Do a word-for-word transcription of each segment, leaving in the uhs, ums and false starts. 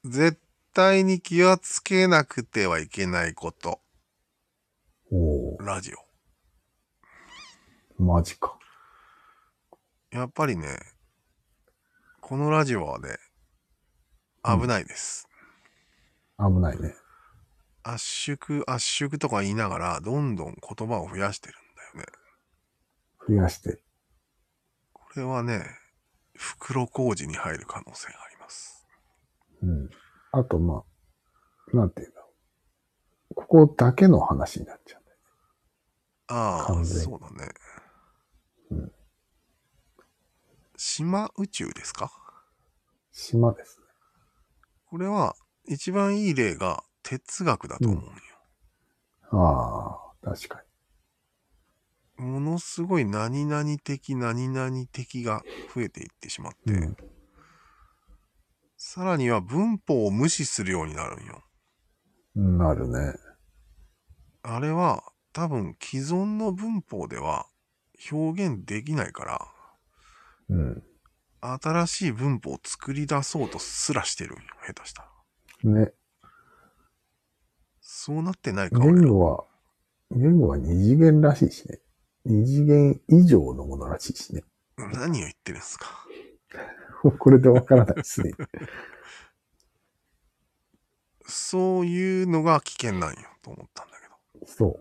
絶対に気をつけなくてはいけないこと。 おー、 ラジマジか。 オ。やっぱりね、このラジオはね、危ないです。 うん、危ないね。 圧縮、圧縮とか言いながら、どんどん言葉を増やしてるんだよね。 増やして。 これはね、袋小路に入る可能性があります。 うん。あと、まあ、なんていうんだろう。ここだけの話になっちゃうんだよね。 ああ、 完全に。 そうだね。 うん。 島宇宙ですか？ 島ですね。 これは、一番いい例が哲学だとうん。 思うよ。 ああ、確かものすごい何々的何々的が増えていってしまっに。 て、さらには文法を無視するようになるんよ。 うん。なるね。 あれは多分既存の文法では表現できないから、 うん。 新しい文法を作り出そうとすらしてるんよ、下手したら。 ね。 そうなってないか、俺ら。 言語は、言語は二次元らしいしね。二次元以上のものらしいしね。 何を言ってるんですか。 これでわからないですね。 そういうのが危険なんよ、と思ったんだけそう。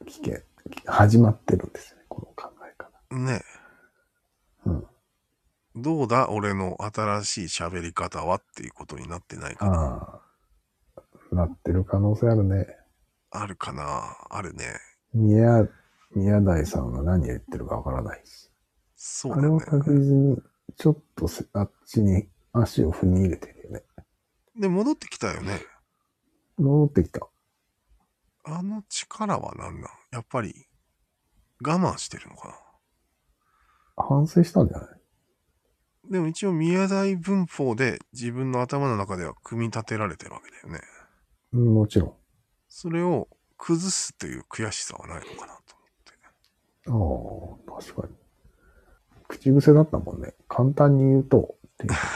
危険。始まってるんですよね。この考え方。 ど。ねうん。 え。どうだ俺の新しい喋り方はっていうことになってないかな。 ああ、なってる可能性あるね。 あるかな。あるね。 宮、宮台さんが何言ってるかわからないし。 そうだね。 あれは確実に、ちょっとせあっちに足を踏み入れてるよね。 で、戻ってきたよね。 戻ってきた。 あの力は何なん？やっぱり我慢してるのかな。 反省したんじゃない？ でも一応宮台文法で自分の頭の中では組み立てられてるわけだよね。 うん、もちろん。 それを崩すという悔しさはないのかなと思って。 ああ、確かに。口癖だったもんね。簡単に言うと、っていう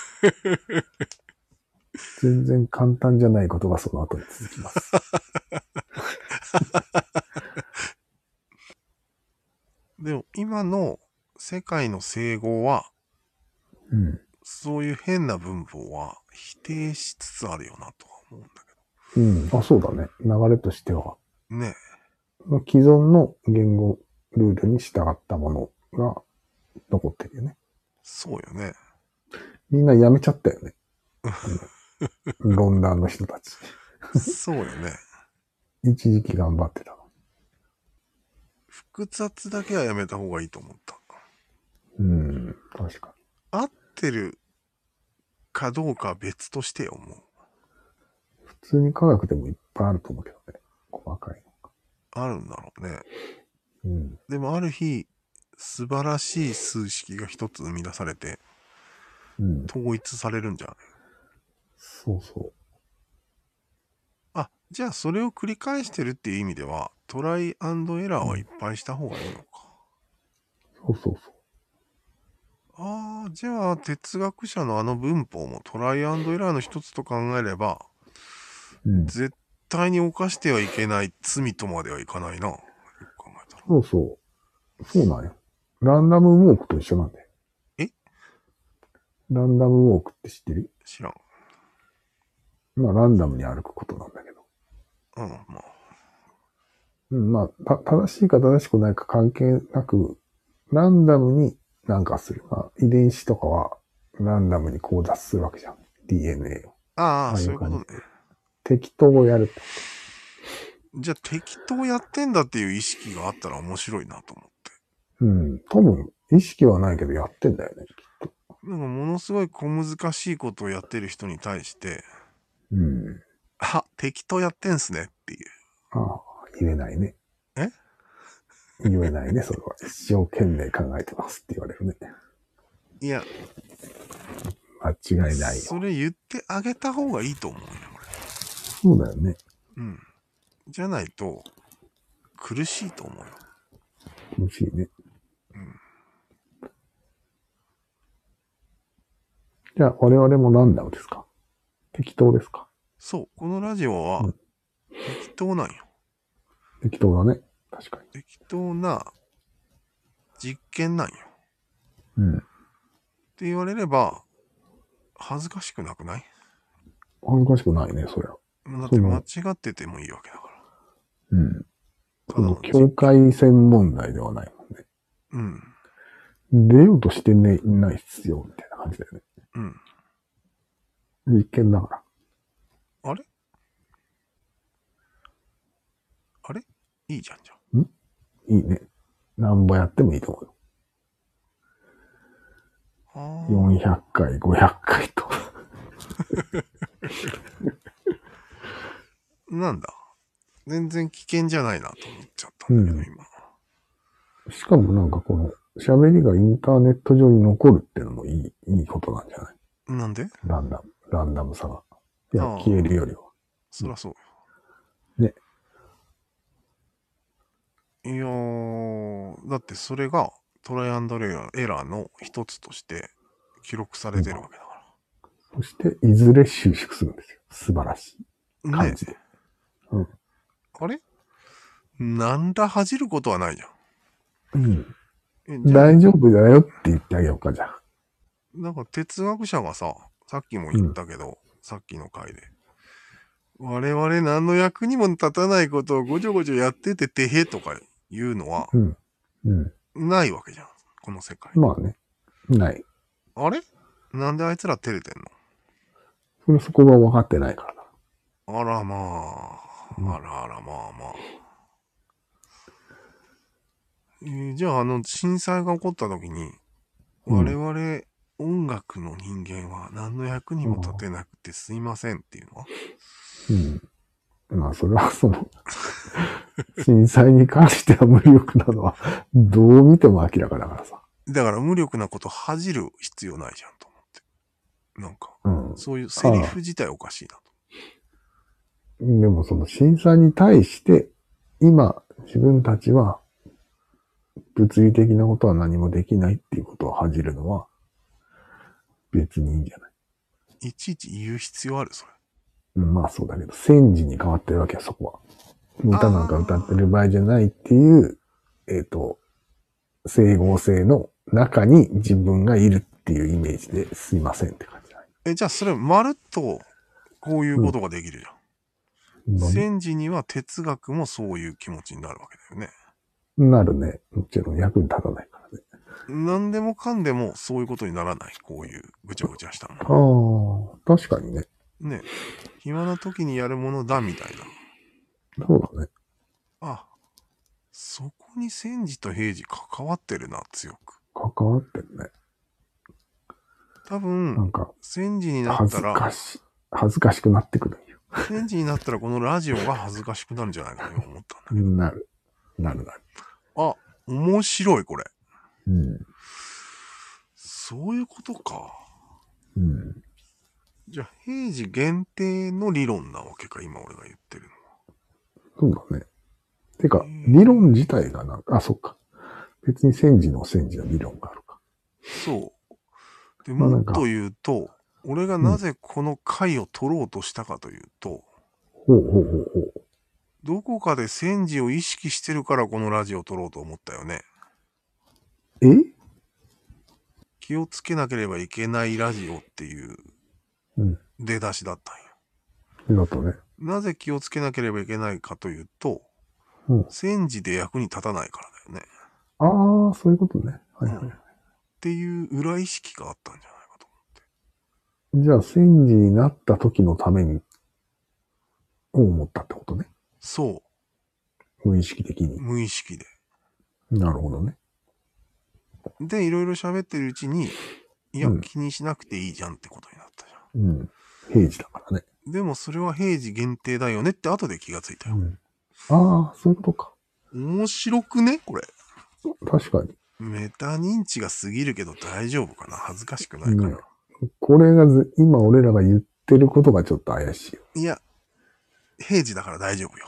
全然簡単じゃないことがその後に続きます。 でも今の世界の整合は、 うん。 そういう変な文法は否定しつつあるよなとは思うんだうん。あ、そうだね。流れとしては。 けど。ねえ。 既存の言語ルールに従ったものが残ってるよね。 そうよね。 みんなやめちゃったよね。論壇の人たち。 そうよね。 一時期頑張ってたの。 複雑だけはやめた方がいいと思った。 うん、確か合ってるかどうかは別としてよ、もう。 普通に科学でもいっぱいあると思うけどね。細かいあるんだろうね。 の。うん。 でもある日、素晴らしい数式が一つ生み出されて、 うん。 統一されるんじゃない？ そうそあ、じゃあそれを繰り返してるっていう意味では、トライアンドエラーう。うはいっん。 ぱいした方がいいのか。 そうそうそああ、じゃあ哲学者のあの文法もトライアンドエラーの一つと考えれば、 う。うん。 絶対に犯してはいけない罪とまではいかないな。よく考えたら。 そうそう。そうなんよ。ランダムウォークと一緒なんだよ。 え？ ランダムウォークって知ってる？ 知らん。 まあ、ランダムに歩くことなんだけど。 うん、まあ。 うん、まあ、た、正しいか正しくないか関係なく、ランダムになんかする。まあ、遺伝子とかはランダムに交雑するわけじゃん。ディーエヌエー を。 ああ、 ああいそういうことね。 う感じで。適当をやるってこじゃあ適当やってんだっていう意識があったら面白いなと思って。 と。うん。多分、意識はないけどやってんだよね。 なんかものすごい小難しいことをやってる人に対して、 うん。 あ、適当やってんすねっていう。 ああ、言えないね。 え？ 言えないね、それは。一生懸命考えてますって言われるね。 いや、 間違いないよ。 それ言ってあげた方がいいと思うよ、 そうだよね。 俺。うん。じゃないと、苦しいと思うよ。 苦しいね。 うん。 じゃあ、我々もランダムですか？ 適当ですか？ そう、このラジオはうん適当なんよ。 適当だね。確か適当な実験なんよ。 に。うん。 って言われれば、恥ずかしくなくない？ 恥ずかしくないね、そりゃ。 だって間その、 違っててもいいわけだかうん。 ら。 その、 ただの実境界線問題ではないもんね。 うん。 出ようとしてね、ない必要みたいな感じだよね。 うん。 実験だから。 あれあれいいじゃんじゃんいいね。なんぼやってもいいと思うよ。 あ。 よんひゃっかい、ごひゃっかいと。 なんだ。全然危険じゃないなと思っちゃったんだけど、 うん今。 しかもなんかこの、喋りがインターネット上に残るっていうのもいい、いいことなんじゃない？ なんで？ ランダム、ランダムさが。いや、 ああ消えるよりは。 そらそうよ。 ね。 いやー、だってそれがトライアンドエラーエラーの一つとして記録されてるわけだかそして、いずれ収縮するんですよ。素晴らしいら。ね感じで。うん。 あれなんだ恥じることはないじゃん。 うん。 えじゃあ大丈夫だよって言ってあげようか、じゃあ。 なんか哲学者がさ、さっきも言ったけど、さっきの回で。我々何の役にも立たないことをごちょごちょやってててへとかいうのはうん。うん。 ないわけじゃん。この世界。 まあね。ない。 あれなんであいつら照れてんそれそこが分かってないからだ。 の？あらまあ。あらあらまあまあ。えーじゃああの震災が起こった時に、 うん我々音楽の人間は何の役にも立てなくてすいませんっていうのは、 うん。まあ、それはその、震災に関しては無力なのは、どう見ても明らかだからさ。 だから無力なこと恥じる必要ないじゃんと思って。なんか、 うん。 そういうセリフ自体おかしいなと。 でもその震災に対して、今、自分たちは、物理的なことは何もできないっていうことを恥じるのは、別にいいんじゃない？ いちいち言う必要あるそれ。 うん、まあそうだけど、戦時に変わってるわけよ、そこは。歌なんか歌ってる場合じゃないっていう、えっと、整合性の中に自分がいるっていうイメージですいませんって感じじゃない？ え、じゃあそれまるっとこういうことができるじゃん。 うん、 戦時には哲学もそういう気持ちになるわけだよね。 なるね。もちろん役に立たないからね。 何でもかんでもそういうことにならない。こういうぐちゃぐちゃしたもああ、確かにね。 の。ね。暇な時にやるものだみたいな。 そうだね。 あ、そこに戦時と平時関わってるな、強く。 関わってるね。 多なん分、 か、 戦時になっ恥ずたら、 かしい。恥ずかしくなってくるんよ。 戦時になったらこのラジオが恥ずかしくなるんじゃないかと今思ったんだけど。 なる。なるなる。 あ、面白いこれ。 うん。 そういうことか。 うん。 じゃあ、平時限定の理論なわけか、今俺が言ってるそうだね。てかへ、ー理論自体がなんか、あ、そっか。別に戦時の戦時の理論があるか。 の。そう。で、 まあなんかもっと言うと、俺がなぜこの回を取ろうとしたかというと、 ほうほうほうほう。 どこかで戦時を意識してるからこのラジオを撮ろうと思ったよね。 え気をつけなければいけないラジオっていううん。 出だしだったんよ。 ありがとうね。 なぜ気をつけなければいけないかというと、 うん。 戦時で役に立たないからだよね。 ああ、そういうことね。はいはい。 うんっていう裏意識があったんじゃないかとじゃあ、戦時になった時のために、を思ったってことね。 そ無意識的う。 に。 無意識で。 なるほどね。 で、いろいろ喋ってるうちに、いや、 うん気にしなくていいじゃんってことになったじゃん。 うん。平時だからね。 でもそれは平時限定だよねって後で気がついたよ。 うん。ああ、そういうことか。 面白くねこれ。 確かに。 メタ認知が過ぎるけど大丈夫かな？恥ずかしくないかな？ ね、これがず今俺らが言ってることがちょっと怪しいよ。 いや、平時だから大丈夫よ。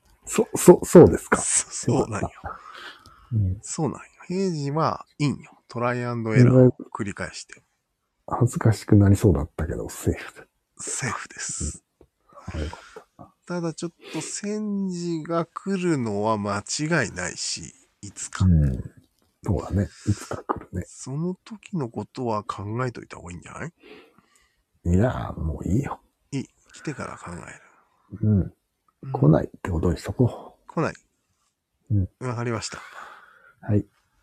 そ、そ、そうですか。 そそうなんよ。 うん、 そうなんよ。平時はいいんよ。 トライアンドエラーを繰り返して。 恥ずかしくなりそうだったけど、セーフで。 セーフです。 うん、よかった。 ただちょっと戦時が来るのは間違いないし、いつか。 うん。そうだね。いつか来るね。 その時のことは考えといた方がいいんじゃない？ いや、もういいよ。 いい。来てから考える。 うん。うん、来ないってことにしとこう。来ない。 うん。 わかりました。 はい。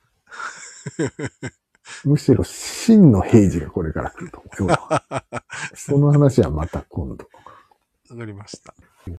むしろ真の平時がこれから来ると思うよ。その話はまた今度。 わかりました。